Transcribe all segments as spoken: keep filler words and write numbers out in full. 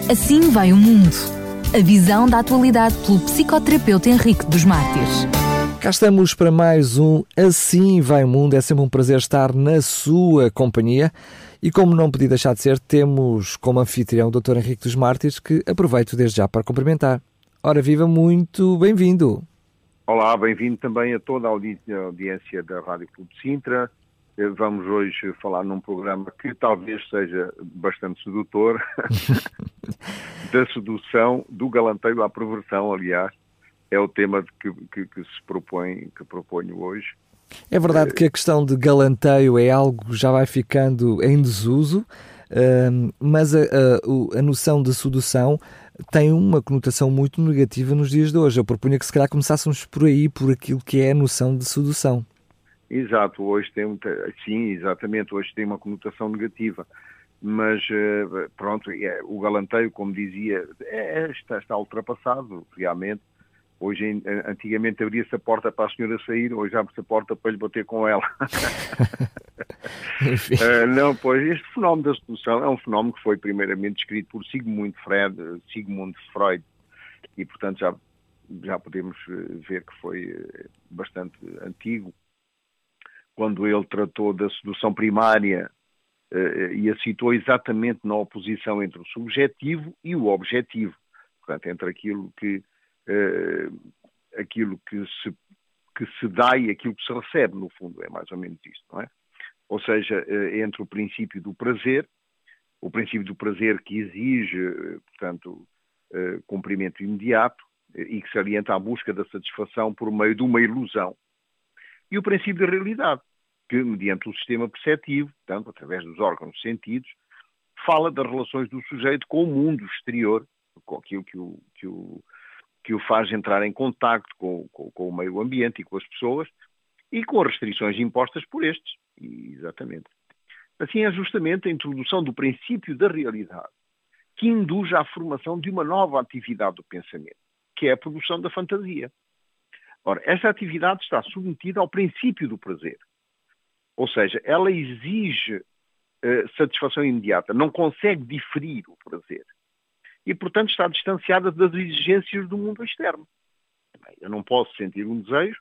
Assim vai o mundo. A visão da atualidade pelo psicoterapeuta Henrique dos Mártires. Cá estamos para mais um Assim vai o mundo. É sempre um prazer estar na sua companhia. E como não podia deixar de ser, temos como anfitrião o doutor Henrique dos Mártires, que aproveito desde já para cumprimentar. Ora, viva, muito bem-vindo. Olá, bem-vindo também a toda a audiência da Rádio Clube de Sintra. Vamos hoje falar num programa que talvez seja bastante sedutor, da sedução, do galanteio à perversão, aliás, é o tema que, que, que se propõe, que proponho hoje. É verdade que a questão de galanteio é algo que já vai ficando em desuso, mas a, a, a noção de sedução tem uma conotação muito negativa nos dias de hoje. Eu propunha que se calhar começássemos por aí, por aquilo que é a noção de sedução. Exato, hoje tem, sim, exatamente, hoje tem uma conotação negativa, mas pronto, é, o galanteio, como dizia, é, está, está ultrapassado, realmente. Hoje, antigamente abria-se a porta para a senhora sair, hoje abre-se a porta para lhe bater com ela. uh, não, pois, este fenómeno da sedução é um fenómeno que foi primeiramente descrito por Sigmund Freud, Sigmund Freud, e portanto já, já podemos ver que foi bastante antigo, quando ele tratou da sedução primária uh, e a citou exatamente na oposição entre o subjetivo e o objetivo, portanto, entre aquilo que Uh, aquilo que se, que se dá e aquilo que se recebe, no fundo, é mais ou menos isto, não é? Ou seja, uh, entre o princípio do prazer, o princípio do prazer que exige, uh, portanto, uh, cumprimento imediato uh, e que se orienta à busca da satisfação por meio de uma ilusão, e o princípio da realidade, que, mediante o sistema perceptivo, portanto, através dos órgãos sentidos, fala das relações do sujeito com o mundo exterior, com aquilo que o, que o que o faz entrar em contacto com, com, com o meio ambiente e com as pessoas e com as restrições impostas por estes. E, exatamente. Assim é justamente a introdução do princípio da realidade que induz à formação de uma nova atividade do pensamento, que é a produção da fantasia. Ora, esta atividade está submetida ao princípio do prazer. Ou seja, ela exige uh, satisfação imediata, não consegue diferir o prazer. E, portanto, está distanciada das exigências do mundo externo. Eu não posso sentir um desejo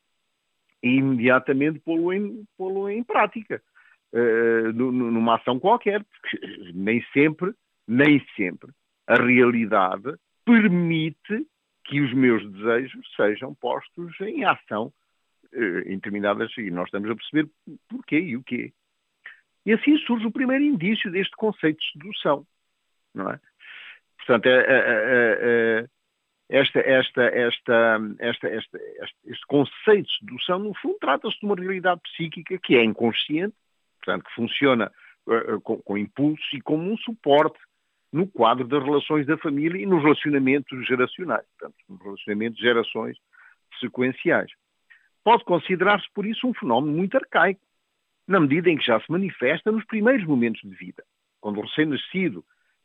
e imediatamente pô-lo em, pô-lo em prática, uh, numa ação qualquer, porque nem sempre, nem sempre, a realidade permite que os meus desejos sejam postos em ação uh, em determinadas, e nós estamos a perceber porquê e o quê. E assim surge o primeiro indício deste conceito de sedução, não é? Portanto, é, é, é, esta, esta, esta, esta, esta, este, este conceito de sedução, no fundo, trata-se de uma realidade psíquica que é inconsciente, portanto, que funciona uh, com, com impulsos e como um suporte no quadro das relações da família e nos relacionamentos geracionais, portanto, nos relacionamentos de gerações sequenciais. Pode considerar-se, por isso, um fenómeno muito arcaico, na medida em que já se manifesta nos primeiros momentos de vida, quando o recém-nascido,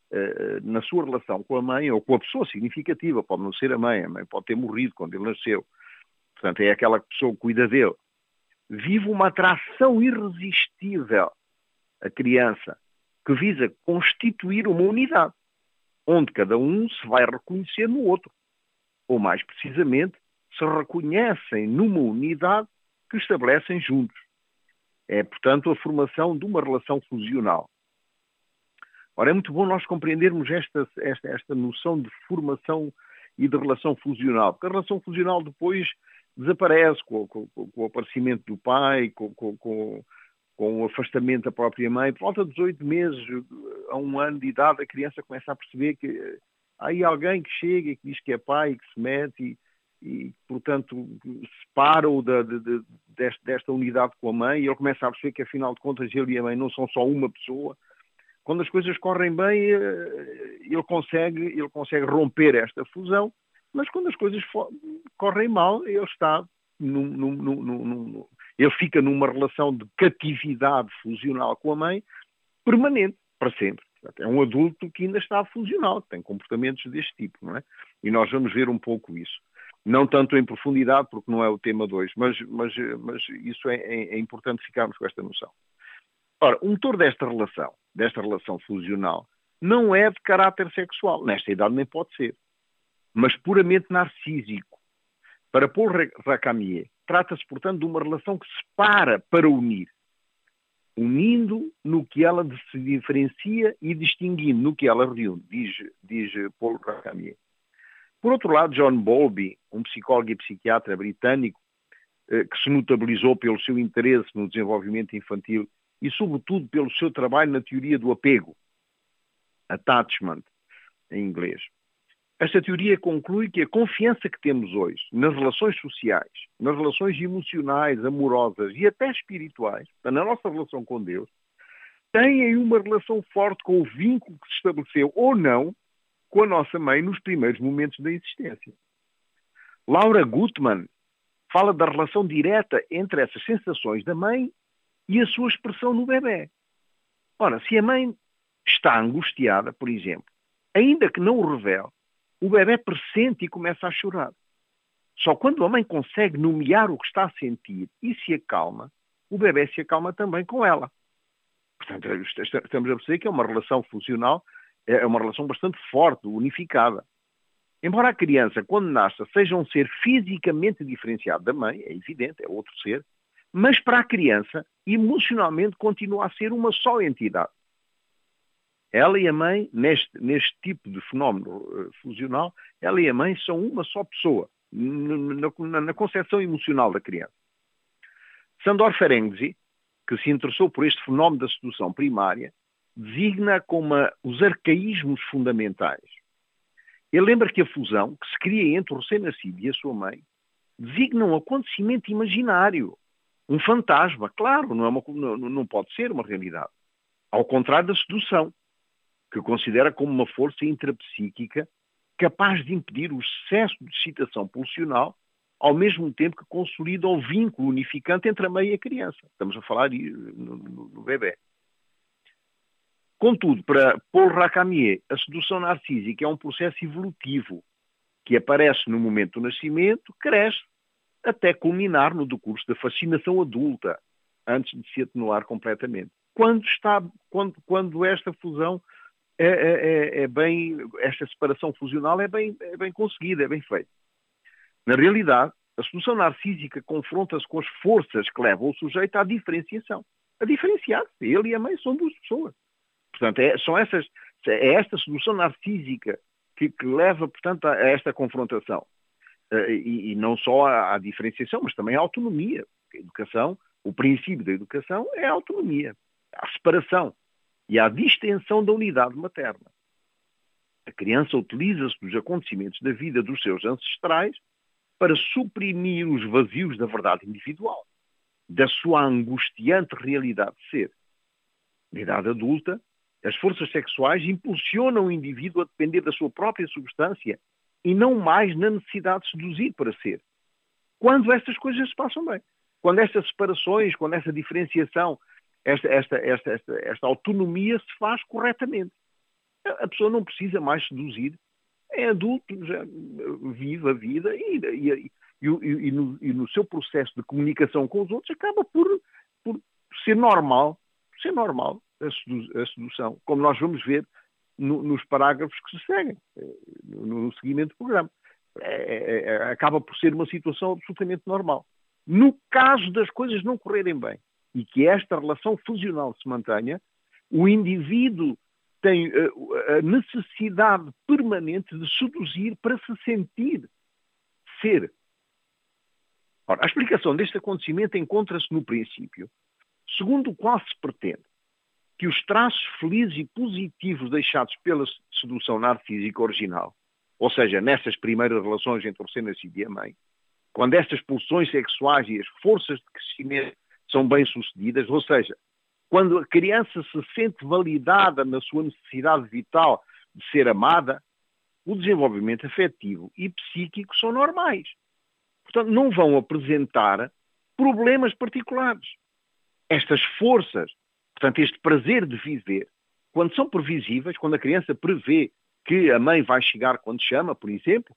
na sua relação com a mãe ou com a pessoa significativa, pode não ser a mãe, a mãe pode ter morrido quando ele nasceu, portanto é aquela pessoa que cuida dele, vive uma atração irresistível à criança, que visa constituir uma unidade, onde cada um se vai reconhecer no outro, ou mais precisamente, se reconhecem numa unidade que estabelecem juntos. É, portanto, a formação de uma relação fusional. Ora, é muito bom nós compreendermos esta, esta, esta noção de formação e de relação fusional, porque a relação fusional depois desaparece com, com, com o aparecimento do pai, com, com, com, com o afastamento da própria mãe. Por volta de oito meses a um ano de idade, a criança começa a perceber que há aí alguém que chega e que diz que é pai, que se mete e, e portanto, separa-o da, de, de, desta, desta unidade com a mãe, e ele começa a perceber que, afinal de contas, ele e a mãe não são só uma pessoa. Quando as coisas correm bem, ele consegue, ele consegue romper esta fusão, mas quando as coisas correm mal, ele está num, num, num, num, ele fica numa relação de catividade fusional com a mãe permanente, para sempre. Portanto, é um adulto que ainda está funcional, que tem comportamentos deste tipo, não é? E nós vamos ver um pouco isso. Não tanto em profundidade, porque não é o tema de hoje, mas, mas, mas isso é, é, é importante ficarmos com esta noção. Ora, o motor desta relação, desta relação fusional, não é de caráter sexual. Nesta idade nem pode ser. Mas puramente narcísico. Para Paul Racamier, trata-se, portanto, de uma relação que separa para unir. Unindo no que ela se diferencia e distinguindo no que ela reúne, diz, diz Paul Racamier. Por outro lado, John Bowlby, um psicólogo e psiquiatra britânico, que se notabilizou pelo seu interesse no desenvolvimento infantil e, sobretudo, pelo seu trabalho na teoria do apego, attachment, em inglês. Esta teoria conclui que a confiança que temos hoje nas relações sociais, nas relações emocionais, amorosas e até espirituais, na nossa relação com Deus, tem aí uma relação forte com o vínculo que se estabeleceu ou não com a nossa mãe nos primeiros momentos da existência. Laura Gutman fala da relação direta entre essas sensações da mãe e a sua expressão no bebê. Ora, se a mãe está angustiada, por exemplo, ainda que não o revele, o bebê pressente e começa a chorar. Só quando a mãe consegue nomear o que está a sentir e se acalma, o bebê se acalma também com ela. Portanto, estamos a perceber que é uma relação funcional, é uma relação bastante forte, unificada. Embora a criança, quando nasce, seja um ser fisicamente diferenciado da mãe, é evidente, é outro ser, mas para a criança, emocionalmente, continua a ser uma só entidade. Ela e a mãe, neste, neste tipo de fenómeno uh, fusional, ela e a mãe são uma só pessoa, na, na, na concepção emocional da criança. Sandor Ferenczi, que se interessou por este fenómeno da sedução primária, designa como a, os arcaísmos fundamentais. Ele lembra que a fusão, que se cria entre o recém-nascido e a sua mãe, designa um acontecimento imaginário, um fantasma. Claro, não, é uma, não, não pode ser uma realidade. Ao contrário da sedução, que considera como uma força intrapsíquica capaz de impedir o excesso de excitação pulsional, ao mesmo tempo que consolida o vínculo unificante entre a mãe e a criança. Estamos a falar no, no, no bebê. Contudo, para Paul Racamier, a sedução narcísica é um processo evolutivo que aparece no momento do nascimento, cresce, até culminar no decurso da fascinação adulta, antes de se atenuar completamente. Quando, está, quando, quando esta fusão é, é, é bem, esta separação fusional é bem, é bem conseguida, é bem feita. Na realidade, a sedução narcísica confronta-se com as forças que levam o sujeito à diferenciação. A diferenciar-se. Ele e a mãe são duas pessoas. Portanto, é, são essas, é esta sedução narcísica que, que leva, portanto, a, a esta confrontação. Uh, e, e não só à, à diferenciação, mas também à autonomia. A educação, o princípio da educação é a autonomia, a separação e a distensão da unidade materna. A criança utiliza-se dos acontecimentos da vida dos seus ancestrais para suprimir os vazios da verdade individual, da sua angustiante realidade de ser. Na idade adulta, as forças sexuais impulsionam o indivíduo a depender da sua própria substância e não mais na necessidade de seduzir para ser. Quando estas coisas se passam bem. Quando estas separações, quando essa diferenciação, esta, esta, esta, esta, esta autonomia se faz corretamente. A pessoa não precisa mais seduzir. É adulto, já vive a vida e, e, e, e, e, no, e no seu processo de comunicação com os outros acaba por, por ser normal, por ser normal a, sedu, a sedução, como nós vamos ver no, nos parágrafos que se seguem, no, no seguimento do programa. É, é, acaba por ser uma situação absolutamente normal. No caso das coisas não correrem bem e que esta relação fusional se mantenha, o indivíduo tem a necessidade permanente de seduzir para se sentir ser. Ora, a explicação deste acontecimento encontra-se no princípio, segundo o qual se pretende que os traços felizes e positivos deixados pela sedução narcísica original, ou seja, nessas primeiras relações entre o recém-nascido e a mãe, quando estas pulsões sexuais e as forças de crescimento são bem-sucedidas, ou seja, quando a criança se sente validada na sua necessidade vital de ser amada, o desenvolvimento afetivo e psíquico são normais. Portanto, não vão apresentar problemas particulares. Estas forças, portanto, este prazer de viver, quando são previsíveis, quando a criança prevê que a mãe vai chegar quando chama, por exemplo,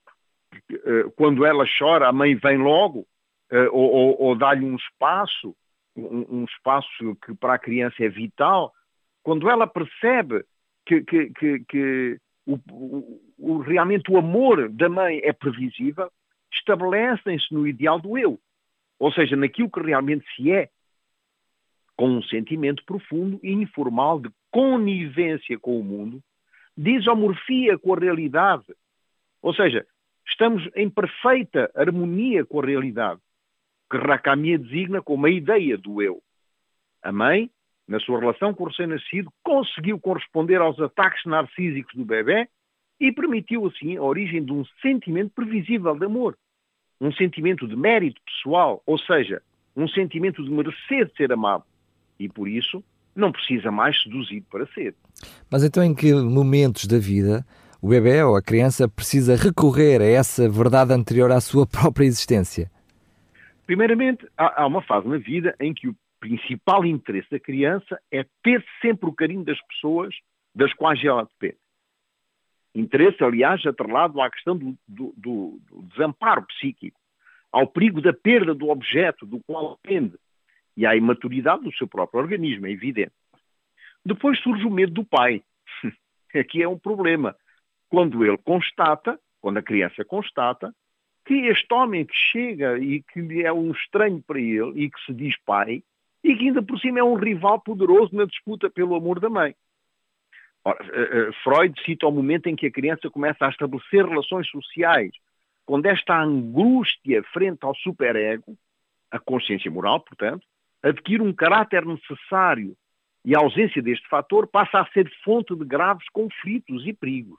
quando ela chora, a mãe vem logo, ou, ou, ou dá-lhe um espaço, um, um espaço que para a criança é vital, quando ela percebe que, que, que, que o, o, o, realmente o amor da mãe é previsível, estabelecem-se no ideal do eu. Ou seja, naquilo que realmente se é, com um sentimento profundo e informal de conivência com o mundo, de isomorfia com a realidade. Ou seja, estamos em perfeita harmonia com a realidade, que Rakamiya designa como a ideia do eu. A mãe, na sua relação com o recém-nascido, conseguiu corresponder aos ataques narcísicos do bebê e permitiu, assim, a origem de um sentimento previsível de amor. Um sentimento de mérito pessoal, ou seja, um sentimento de merecer ser amado. E, por isso, não precisa mais seduzir para ser. Mas então em que momentos da vida o bebê ou a criança precisa recorrer a essa verdade anterior à sua própria existência? Primeiramente, há, há uma fase na vida em que o principal interesse da criança é ter sempre o carinho das pessoas das quais ela depende. Interesse, aliás, atrelado à questão do, do, do, do desamparo psíquico, ao perigo da perda do objeto do qual depende e à imaturidade do seu próprio organismo, é evidente. Depois surge o medo do pai. Aqui é um problema. Quando ele constata, quando a criança constata, que este homem que chega e que é um estranho para ele e que se diz pai, e que ainda por cima é um rival poderoso na disputa pelo amor da mãe. Ora, Freud cita o momento em que a criança começa a estabelecer relações sociais, quando esta angústia frente ao superego, a consciência moral, portanto, adquire um caráter necessário e a ausência deste fator passa a ser fonte de graves conflitos e perigos.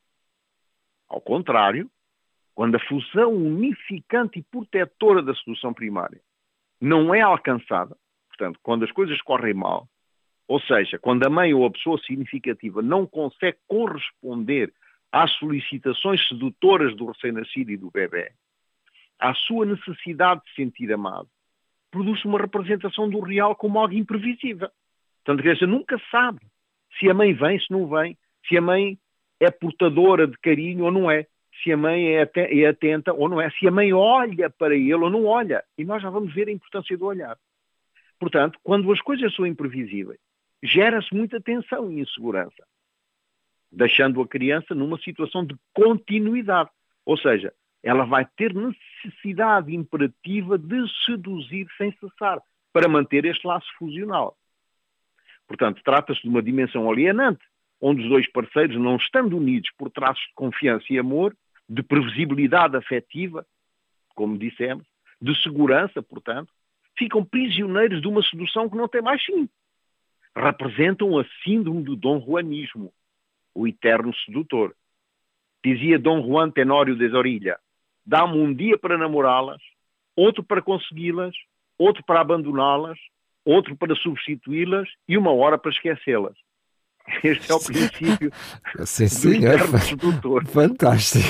Ao contrário, quando a função unificante e protetora da sedução primária não é alcançada, portanto, quando as coisas correm mal, ou seja, quando a mãe ou a pessoa significativa não consegue corresponder às solicitações sedutoras do recém-nascido e do bebê, à sua necessidade de sentir amado, produz uma representação do real como algo imprevisível. Portanto, a criança nunca sabe se a mãe vem, se não vem, se a mãe é portadora de carinho ou não é, se a mãe é, é atenta ou não é, se a mãe olha para ele ou não olha. E nós já vamos ver a importância do olhar. Portanto, quando as coisas são imprevisíveis, gera-se muita tensão e insegurança, deixando a criança numa situação de continuidade. Ou seja, ela vai ter necessidade imperativa de seduzir sem cessar, para manter este laço fusional. Portanto, trata-se de uma dimensão alienante, onde os dois parceiros, não estando unidos por traços de confiança e amor, de previsibilidade afetiva, como dissemos, de segurança, portanto, ficam prisioneiros de uma sedução que não tem mais fim. Representam a síndrome do Dom Juanismo, o eterno sedutor. Dizia Dom Juan Tenório de Zorrilla: dá-me um dia para namorá-las, outro para consegui-las, outro para abandoná-las, outro para substituí-las e uma hora para esquecê-las. Este é o princípio Sim, do senhor. eterno sedutor. Fantástico.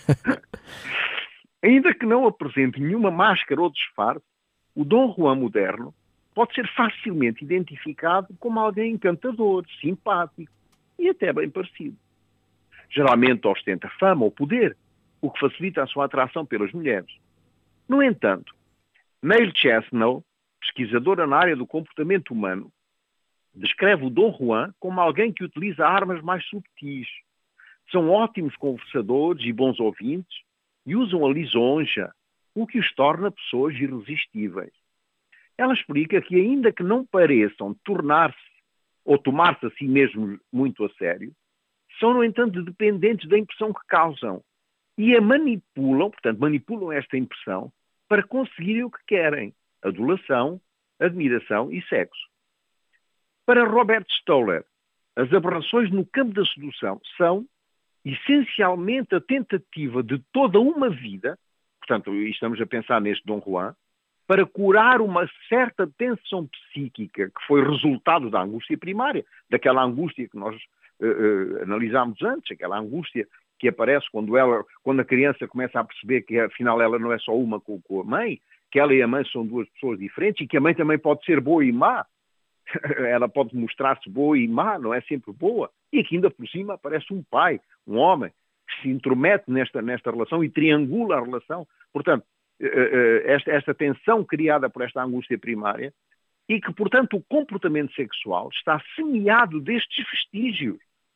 Ainda que não apresente nenhuma máscara ou disfarce, o Dom Juan moderno pode ser facilmente identificado como alguém encantador, simpático e até bem parecido. Geralmente ostenta fama ou poder, o que facilita a sua atração pelas mulheres. No entanto, Neil Chesnell, pesquisadora na área do comportamento humano, descreve o Dom Juan como alguém que utiliza armas mais subtis. São ótimos conversadores e bons ouvintes e usam a lisonja, o que os torna pessoas irresistíveis. Ela explica que, ainda que não pareçam tornar-se ou tomar-se a si mesmos muito a sério, são, no entanto, dependentes da impressão que causam e a manipulam, portanto, manipulam esta impressão para conseguirem o que querem: adulação, admiração e sexo. Para Robert Stoller, as aberrações no campo da sedução são, essencialmente, a tentativa de toda uma vida, portanto, estamos a pensar neste Dom Juan, para curar uma certa tensão psíquica que foi resultado da angústia primária, daquela angústia que nós uh, uh, analisámos antes, aquela angústia que aparece quando, ela, quando a criança começa a perceber que, afinal, ela não é só uma com, com a mãe, que ela e a mãe são duas pessoas diferentes e que a mãe também pode ser boa e má. Ela pode mostrar-se boa e má, não é sempre boa. E que ainda por cima aparece um pai, um homem, que se intromete nesta, nesta relação e triangula a relação. Portanto, esta, esta tensão criada por esta angústia primária e que, portanto, o comportamento sexual está semeado destes vestígios.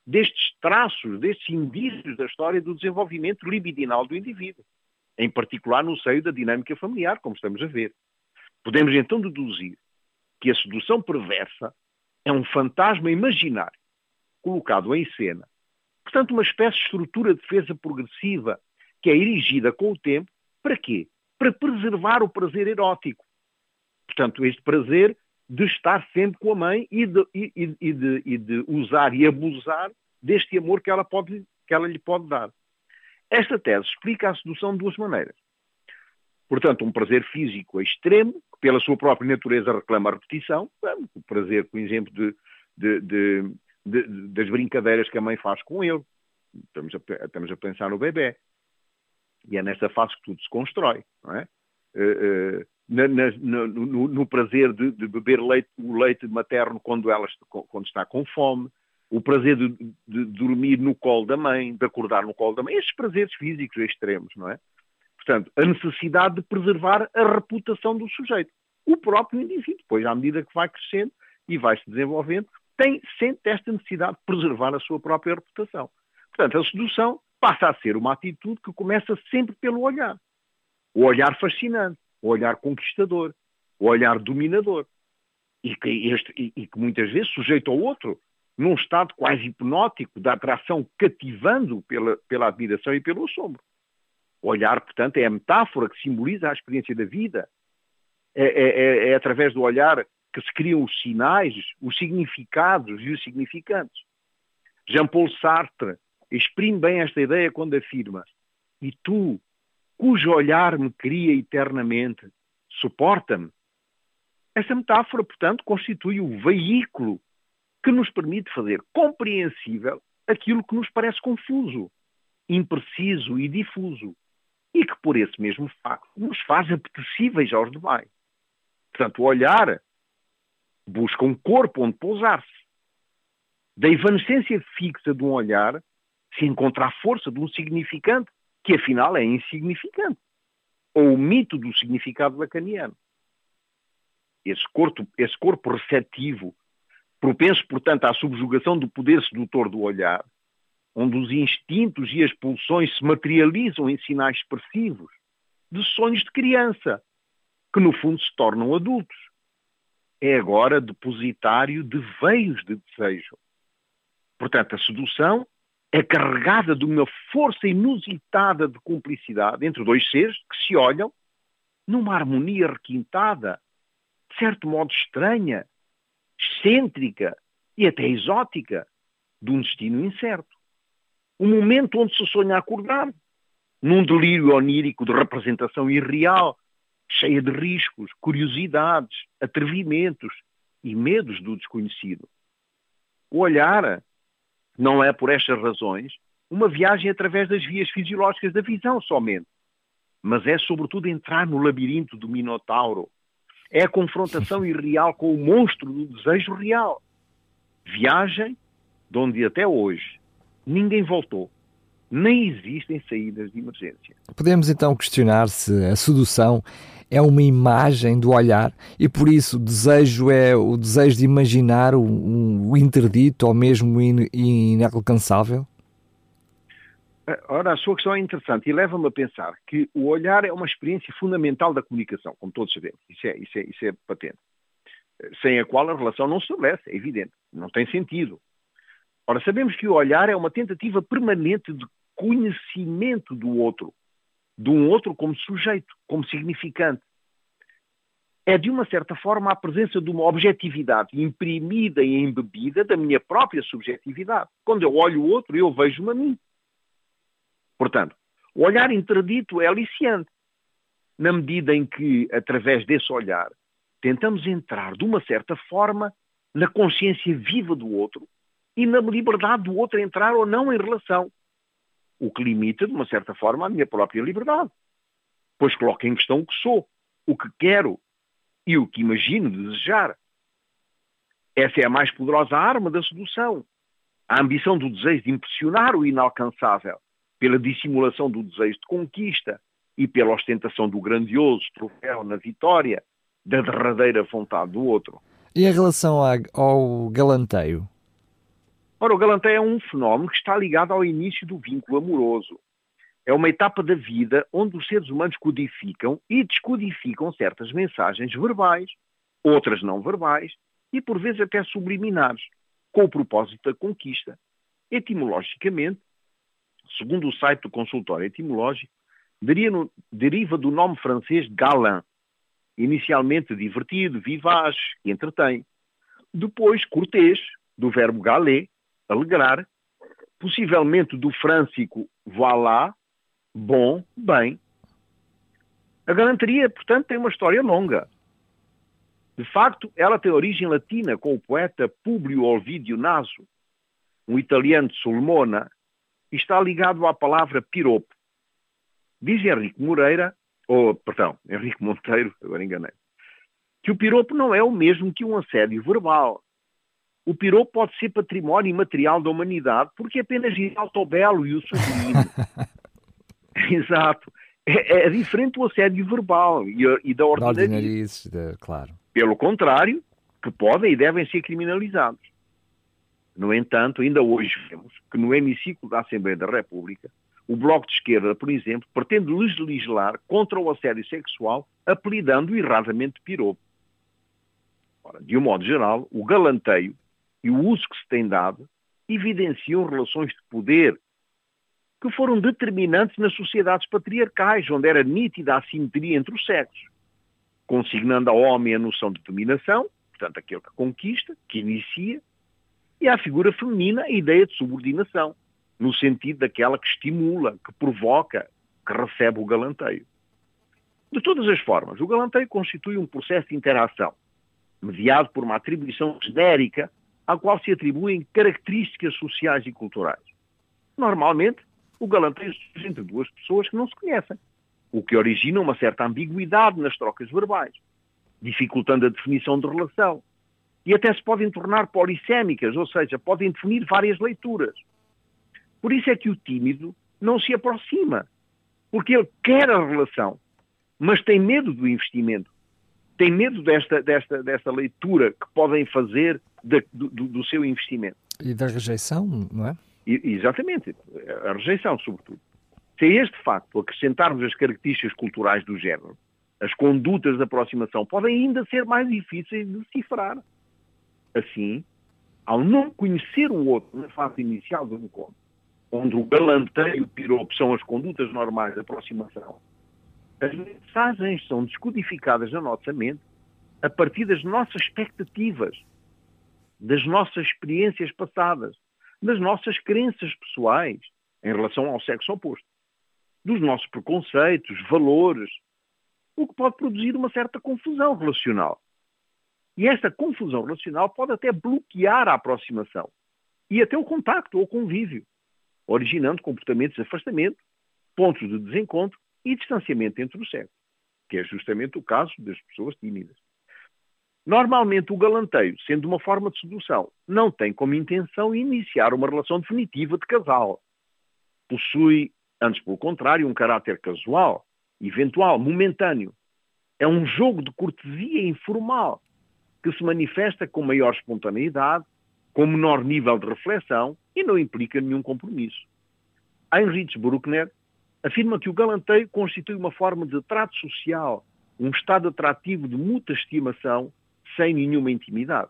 destes traços, destes indícios da história do desenvolvimento libidinal do indivíduo, em particular no seio da dinâmica familiar, como estamos a ver. Podemos então deduzir que a sedução perversa é um fantasma imaginário colocado em cena. Portanto, uma espécie de estrutura de defesa progressiva que é erigida com o tempo. Para quê? Para preservar o prazer erótico. Portanto, este prazer de estar sempre com a mãe e de, e, e, de, e de usar e abusar deste amor que ela, pode, que ela lhe pode dar. Esta tese explica a sedução de duas maneiras. Portanto, um prazer físico extremo, que pela sua própria natureza reclama a repetição. O prazer, por exemplo, de, de, de, de, das brincadeiras que a mãe faz com ele. Estamos a, estamos a pensar no bebê. E é nessa fase que tudo se constrói, não é? Uh, uh, na, na, no, no prazer de, de beber leite, o leite materno quando, ela, quando está com fome, o prazer de, de dormir no colo da mãe, de acordar no colo da mãe, estes prazeres físicos extremos, não é? Portanto, a necessidade de preservar a reputação do sujeito. O próprio indivíduo, depois, à medida que vai crescendo e vai se desenvolvendo, tem, sente esta necessidade de preservar a sua própria reputação. Portanto, a sedução passa a ser uma atitude que começa sempre pelo olhar. O olhar fascinante, o olhar conquistador, o olhar dominador. E que, este, e, e que muitas vezes sujeito ao outro, num estado quase hipnótico da atração, cativando pela, pela admiração e pelo assombro. O olhar, portanto, é a metáfora que simboliza a experiência da vida. É, é, é através do olhar que se criam os sinais, os significados e os significantes. Jean-Paul Sartre exprime bem esta ideia quando afirma: e tu, cujo olhar me cria eternamente, suporta-me. Esta metáfora, portanto, constitui o veículo que nos permite fazer compreensível aquilo que nos parece confuso, impreciso e difuso, e que, por esse mesmo facto, nos faz apetecíveis aos demais. Portanto, o olhar busca um corpo onde pousar-se. Da evanescência fixa de um olhar se encontra a força de um significante que, afinal, é insignificante. Ou o mito do significado lacaniano. Esse corpo, esse corpo receptivo, propenso, portanto, à subjugação do poder sedutor do olhar, onde os instintos e as pulsões se materializam em sinais expressivos de sonhos de criança, que no fundo se tornam adultos. É agora depositário de veios de desejo. Portanto, a sedução é carregada de uma força inusitada de cumplicidade entre dois seres que se olham numa harmonia requintada, de certo modo estranha, excêntrica e até exótica, de um destino incerto. Um momento onde se sonha acordar, num delírio onírico de representação irreal, cheia de riscos, curiosidades, atrevimentos e medos do desconhecido. O olhar não é, por estas razões, uma viagem através das vias fisiológicas da visão somente, mas é, sobretudo, entrar no labirinto do Minotauro. É a confrontação irreal com o monstro do desejo real. Viagem de onde até hoje ninguém voltou. Nem existem saídas de emergência. Podemos então questionar se a sedução é uma imagem do olhar e por isso o desejo é o desejo de imaginar o, o interdito ou mesmo o in, inalcançável? Ora, a sua questão é interessante e leva-me a pensar que o olhar é uma experiência fundamental da comunicação, como todos sabemos. Isso é, isso é, isso é patente. Sem a qual a relação não se estabelece, é evidente. Não tem sentido. Ora, sabemos que o olhar é uma tentativa permanente de conhecimento do outro, de um outro como sujeito, como significante. É, de uma certa forma, a presença de uma objetividade imprimida e embebida da minha própria subjetividade. Quando eu olho o outro, eu vejo-me a mim. Portanto, o olhar interdito é aliciante, na medida em que, através desse olhar, tentamos entrar, de uma certa forma, na consciência viva do outro e na liberdade do outro entrar ou não em relação. O que limita, de uma certa forma, a minha própria liberdade. Pois coloca em questão o que sou, o que quero e o que imagino desejar. Essa é a mais poderosa arma da sedução. A ambição do desejo de impressionar o inalcançável, pela dissimulação do desejo de conquista e pela ostentação do grandioso troféu na vitória da derradeira vontade do outro. E em relação ao galanteio? Ora, o galanteio é um fenómeno que está ligado ao início do vínculo amoroso. É uma etapa da vida onde os seres humanos codificam e descodificam certas mensagens verbais, outras não verbais e, por vezes, até subliminares, com o propósito da conquista. Etimologicamente, segundo o site do consultório etimológico, deriva do nome francês galant, inicialmente divertido, vivaz, que entretém. Depois, cortês, do verbo galer, alegrar, possivelmente do frâncico voilà, bom, bem. A galanteria, portanto, tem uma história longa. De facto, ela tem origem latina com o poeta Públio Ovidio Naso, um italiano de Sulmona, e está ligado à palavra piropo. Diz Henrique Moreira, ou, perdão, Henrique Monteiro, agora enganei, que o piropo não é o mesmo que um assédio verbal. O piropo pode ser património imaterial da humanidade porque apenas exalta o belo e o sublime. Exato. É, é diferente do assédio verbal e, e da ordinarice. De, claro. Pelo contrário, que podem e devem ser criminalizados. No entanto, ainda hoje vemos que no hemiciclo da Assembleia da República, o Bloco de Esquerda, por exemplo, pretende legislar contra o assédio sexual, apelidando erradamente de piropo. Ora, de um modo geral, o galanteio e o uso que se tem dado evidenciam relações de poder que foram determinantes nas sociedades patriarcais, onde era nítida a assimetria entre os sexos, consignando ao homem a noção de dominação, portanto, aquele que conquista, que inicia, e à figura feminina a ideia de subordinação, no sentido daquela que estimula, que provoca, que recebe o galanteio. De todas as formas, o galanteio constitui um processo de interação, mediado por uma atribuição genérica, à qual se atribuem características sociais e culturais. Normalmente, o galanteio surge entre duas pessoas que não se conhecem, o que origina uma certa ambiguidade nas trocas verbais, dificultando a definição de relação, e até se podem tornar polissémicas, ou seja, podem definir várias leituras. Por isso é que o tímido não se aproxima, porque ele quer a relação, mas tem medo do investimento, tem medo desta, desta, desta leitura que podem fazer de, do, do seu investimento. E da rejeição, não é? E, exatamente, a rejeição, sobretudo. Se a este facto acrescentarmos as características culturais do género, as condutas de aproximação podem ainda ser mais difíceis de decifrar. Assim, ao não conhecer o outro na fase inicial do encontro, onde o galanteio e o piropo são as condutas normais de aproximação, as mensagens são descodificadas na nossa mente a partir das nossas expectativas, das nossas experiências passadas, das nossas crenças pessoais em relação ao sexo oposto, dos nossos preconceitos, valores, o que pode produzir uma certa confusão relacional. E esta confusão relacional pode até bloquear a aproximação e até o contacto ou convívio, originando comportamentos de afastamento, pontos de desencontro e distanciamento entre o sexo, que é justamente o caso das pessoas tímidas. Normalmente o galanteio, sendo uma forma de sedução, não tem como intenção iniciar uma relação definitiva de casal. Possui, antes pelo contrário, um caráter casual, eventual, momentâneo. É um jogo de cortesia informal, que se manifesta com maior espontaneidade, com menor nível de reflexão e não implica nenhum compromisso. Heinrich Bruckner afirma que o galanteio constitui uma forma de trato social, um estado atrativo de mútua estimação, sem nenhuma intimidade.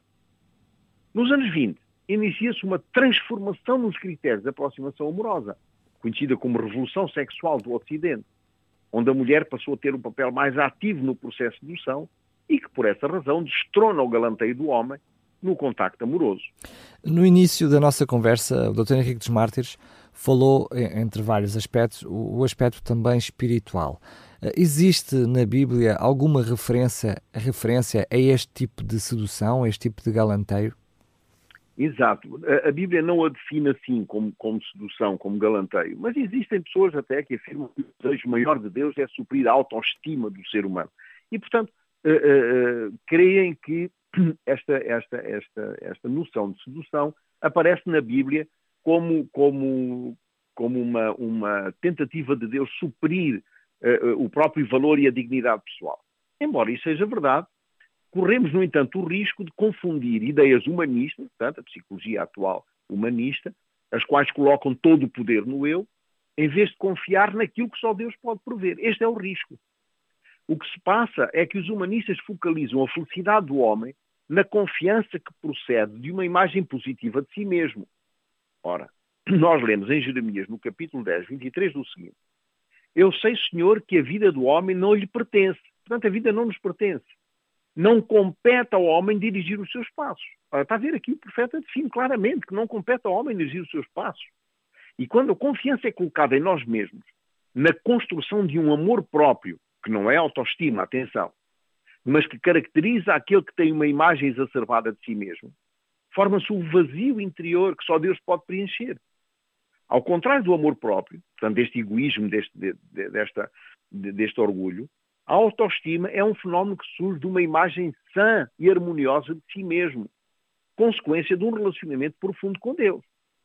Nos anos vinte, inicia-se uma transformação nos critérios de aproximação amorosa, conhecida como Revolução Sexual do Ocidente, onde a mulher passou a ter um papel mais ativo no processo de sedução e que, por essa razão, destrona o galanteio do homem no contacto amoroso. No início da nossa conversa, o doutor Henrique dos Mártires falou, entre vários aspectos, o aspecto também espiritual. Existe na Bíblia alguma referência, referência a este tipo de sedução, a este tipo de galanteio? Exato. A, a Bíblia não a define assim, como, como sedução, como galanteio, mas existem pessoas até que afirmam que o desejo maior de Deus é suprir a autoestima do ser humano. E, portanto, uh, uh, uh, creem que esta, esta, esta, esta noção de sedução aparece na Bíblia como, como, como uma, uma tentativa de Deus suprir uh, uh, o próprio valor e a dignidade pessoal. Embora isso seja verdade, corremos, no entanto, o risco de confundir ideias humanistas, portanto, a psicologia atual humanista, as quais colocam todo o poder no eu, em vez de confiar naquilo que só Deus pode prover. Este é o risco. O que se passa é que os humanistas focalizam a felicidade do homem na confiança que procede de uma imagem positiva de si mesmo. Ora, nós lemos em Jeremias, no capítulo dez, vinte e três, do seguinte: eu sei, Senhor, que a vida do homem não lhe pertence. Portanto, a vida não nos pertence. Não compete ao homem dirigir os seus passos. Ora, está a ver aqui, o profeta define claramente que não compete ao homem dirigir os seus passos. E quando a confiança é colocada em nós mesmos, na construção de um amor próprio, que não é autoestima, atenção, mas que caracteriza aquele que tem uma imagem exacerbada de si mesmo, forma-se um vazio interior que só Deus pode preencher. Ao contrário do amor próprio, portanto, deste egoísmo, deste, de, de, desta, de, deste orgulho, a autoestima é um fenómeno que surge de uma imagem sã e harmoniosa de si mesmo, consequência de um relacionamento profundo com Deus.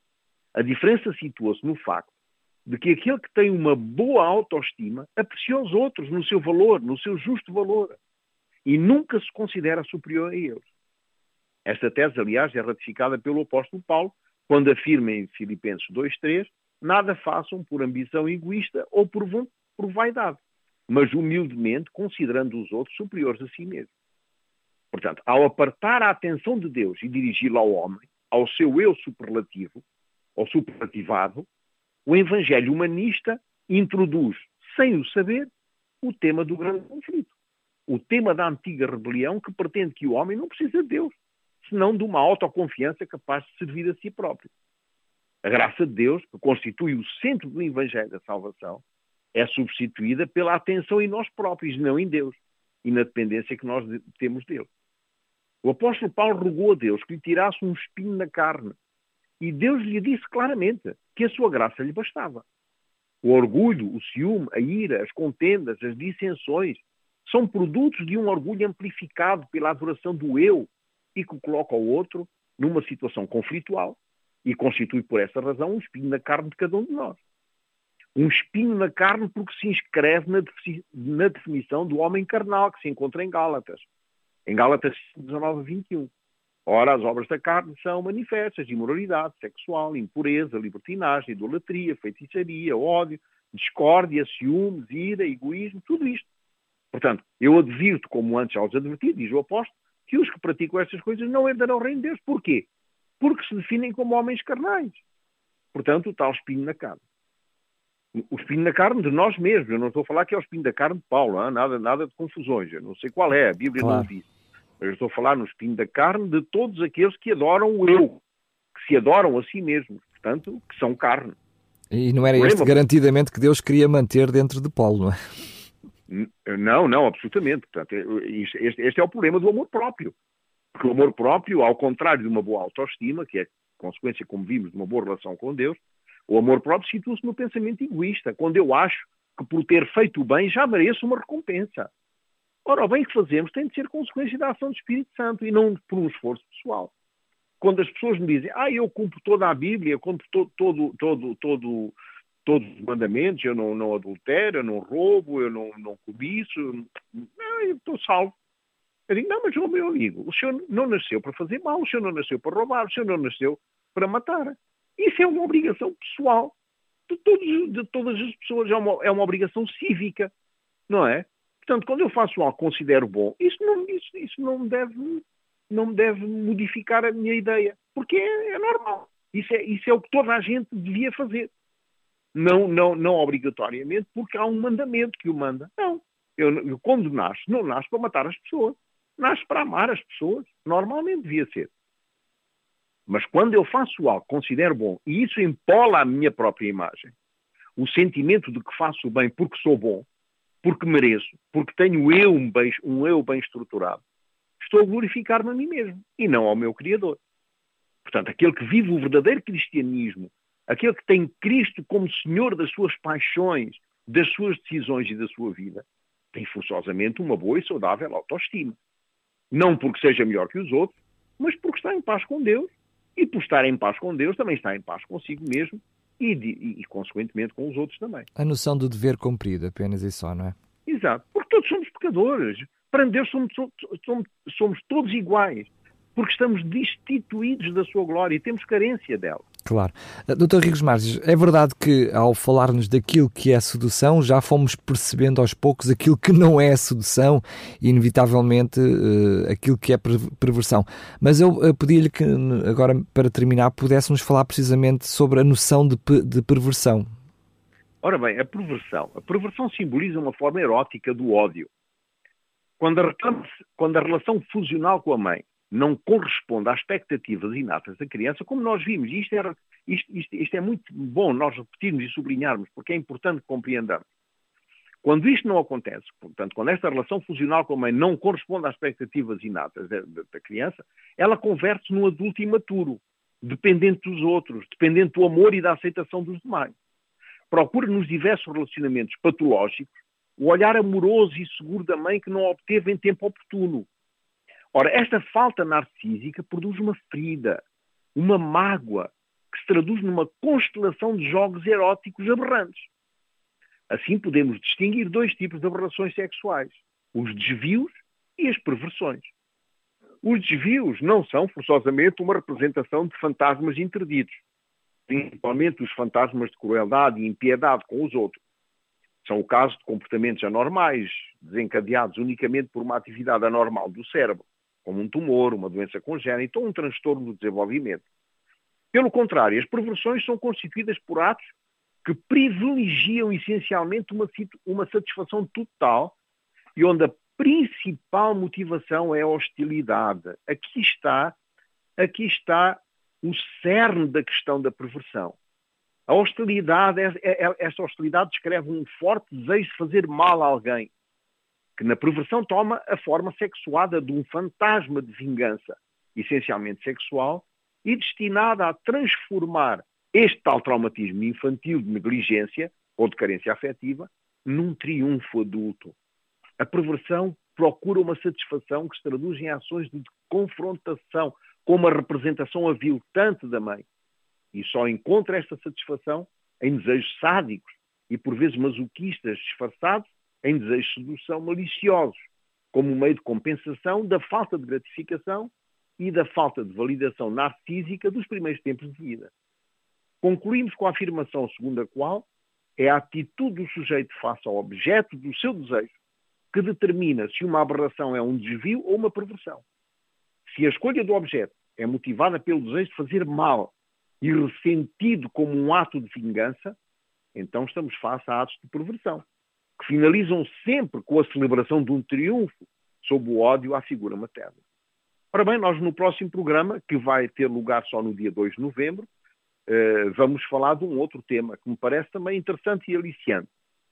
A diferença situa-se no facto de que aquele que tem uma boa autoestima aprecia os outros no seu valor, no seu justo valor, e nunca se considera superior a eles. Esta tese, aliás, é ratificada pelo apóstolo Paulo, quando afirma em Filipenses dois, três, nada façam por ambição egoísta ou por, por vaidade, mas humildemente considerando os outros superiores a si mesmo. Portanto, ao apartar a atenção de Deus e dirigi-la ao homem, ao seu eu superlativo, ou superlativado, o evangelho humanista introduz, sem o saber, o tema do grande conflito. O tema da antiga rebelião que pretende que o homem não precisa de Deus, senão de uma autoconfiança capaz de servir a si próprio. A graça de Deus, que constitui o centro do evangelho da salvação, é substituída pela atenção em nós próprios, não em Deus, e na dependência que nós temos dele. O apóstolo Paulo rogou a Deus que lhe tirasse um espinho na carne, e Deus lhe disse claramente que a sua graça lhe bastava. O orgulho, o ciúme, a ira, as contendas, as dissensões, são produtos de um orgulho amplificado pela adoração do eu e que coloca o outro numa situação conflitual e constitui, por essa razão, um espinho na carne de cada um de nós. Um espinho na carne porque se inscreve na, defi- na definição do homem carnal que se encontra em Gálatas. Em Gálatas dezanove, vinte e um. Ora, as obras da carne são manifestas: imoralidade sexual, impureza, libertinagem, idolatria, feitiçaria, ódio, discórdia, ciúmes, ira, egoísmo, tudo isto. Portanto, eu advirto, como antes já os adverti, diz o apóstolo, que os que praticam estas coisas não herdarão o reino de Deus. Porquê? Porque se definem como homens carnais. Portanto, o tal espinho na carne. O espinho na carne de nós mesmos. Eu não estou a falar que é o espinho da carne de Paulo, hein? Nada, nada de confusões. Eu não sei qual é, a Bíblia claro. Não diz. Eu estou a falar no espinho da carne de todos aqueles que adoram o eu, que se adoram a si mesmos, portanto, que são carne. E não era este Lembra? garantidamente que Deus queria manter dentro de Paulo, não é? Não, não, absolutamente. Portanto, este, este é o problema do amor próprio. Porque o amor próprio, ao contrário de uma boa autoestima, que é consequência, como vimos, de uma boa relação com Deus, o amor próprio situa-se no pensamento egoísta, quando eu acho que por ter feito o bem já mereço uma recompensa. Ora, o bem que fazemos tem de ser consequência da ação do Espírito Santo e não por um esforço pessoal. Quando as pessoas me dizem, ah, eu cumpro toda a Bíblia, eu cumpro todo, todo, todo, todo, todos os mandamentos, eu não, não adultero, eu não roubo, eu não, não cobiço, não, eu estou salvo. Eu digo, não, mas o meu amigo, o senhor não nasceu para fazer mal, o senhor não nasceu para roubar, o senhor não nasceu para matar. Isso é uma obrigação pessoal de, todos, de todas as pessoas, é uma, é uma obrigação cívica, não é? Portanto, quando eu faço algo que considero bom, isso não, isso, isso não, me deve, não me deve modificar a minha ideia, porque é, é normal. Isso é, isso é o que toda a gente devia fazer. Não, não, não obrigatoriamente, porque há um mandamento que o manda. Não. Eu, eu, quando nasço, não nasço para matar as pessoas. Nasço para amar as pessoas. Normalmente devia ser. Mas quando eu faço algo que considero bom, e isso empola a minha própria imagem, o sentimento de que faço o bem porque sou bom, porque mereço, porque tenho eu um, bem, um eu bem estruturado, estou a glorificar-me a mim mesmo e não ao meu Criador. Portanto, aquele que vive o verdadeiro cristianismo, aquele que tem Cristo como Senhor das suas paixões, das suas decisões e da sua vida, tem forçosamente uma boa e saudável autoestima. Não porque seja melhor que os outros, mas porque está em paz com Deus. E por estar em paz com Deus, também está em paz consigo mesmo e, de, e, e consequentemente, com os outros também. A noção do dever cumprido, apenas e só, não é? Exato. Porque todos somos pecadores. Para Deus somos, somos, somos todos iguais. porque estamos destituídos da sua glória e temos carência dela. Claro. doutor Rui dos Mártires, é verdade que ao falar-nos daquilo que é sedução, já fomos percebendo aos poucos aquilo que não é sedução e, inevitavelmente, uh, aquilo que é perversão. Mas eu uh, pedia-lhe que, agora, para terminar, pudéssemos falar precisamente sobre a noção de, de perversão. Ora bem, a perversão. A perversão simboliza uma forma erótica do ódio. Quando a, quando a relação fusional com a mãe não corresponde às expectativas inatas da criança, como nós vimos, e isto é, isto, isto, isto é muito bom nós repetirmos e sublinharmos, porque é importante compreendermos. Quando isto não acontece, portanto, quando esta relação fusional com a mãe não corresponde às expectativas inatas da, da, da criança, ela converte-se num adulto imaturo, dependente dos outros, dependente do amor e da aceitação dos demais. Procura nos diversos relacionamentos patológicos o olhar amoroso e seguro da mãe que não obteve em tempo oportuno. Ora, esta falta narcísica produz uma ferida, uma mágoa, que se traduz numa constelação de jogos eróticos aberrantes. Assim podemos distinguir dois tipos de aberrações sexuais, os desvios e as perversões. Os desvios não são forçosamente uma representação de fantasmas interditos, principalmente os fantasmas de crueldade e impiedade com os outros. São o caso de comportamentos anormais, desencadeados unicamente por uma atividade anormal do cérebro, como um tumor, uma doença congénita ou um transtorno do desenvolvimento. Pelo contrário, as perversões são constituídas por atos que privilegiam essencialmente uma, uma satisfação total e onde a principal motivação é a hostilidade. Aqui está, aqui está o cerne da questão da perversão. A hostilidade, é, é, essa hostilidade descreve um forte desejo de fazer mal a alguém, que na perversão toma a forma sexuada de um fantasma de vingança, essencialmente sexual, e destinada a transformar este tal traumatismo infantil de negligência ou de carência afetiva num triunfo adulto. A perversão procura uma satisfação que se traduz em ações de confrontação com uma representação aviltante da mãe. E só encontra esta satisfação em desejos sádicos e por vezes masoquistas disfarçados em desejos de sedução maliciosos, como um meio de compensação da falta de gratificação e da falta de validação narcísica dos primeiros tempos de vida. Concluímos com a afirmação segundo a qual é a atitude do sujeito face ao objeto do seu desejo que determina se uma aberração é um desvio ou uma perversão. Se a escolha do objeto é motivada pelo desejo de fazer mal e ressentido como um ato de vingança, então estamos face a atos de perversão, que finalizam sempre com a celebração de um triunfo sob o ódio à figura materna. Ora bem, nós no próximo programa, que vai ter lugar só no dia dois de novembro, eh, vamos falar de um outro tema que me parece também interessante e aliciante.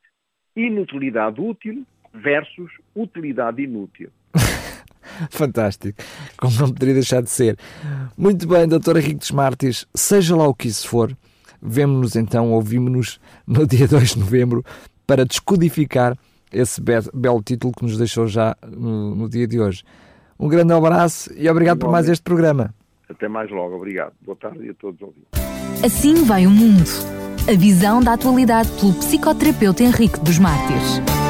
Inutilidade útil versus utilidade inútil. Fantástico, como não poderia deixar de ser. Muito bem, doutor Henrique dos Mártires, seja lá o que isso for, vemo-nos então, ouvimos-nos no dia dois de novembro para descodificar esse be- belo título que nos deixou já no, no dia de hoje. Um grande abraço e obrigado por mais este programa. Até mais logo, obrigado. Boa tarde a todos os ouvintes. Assim vai o mundo. A visão da atualidade pelo psicoterapeuta Henrique dos Mártires.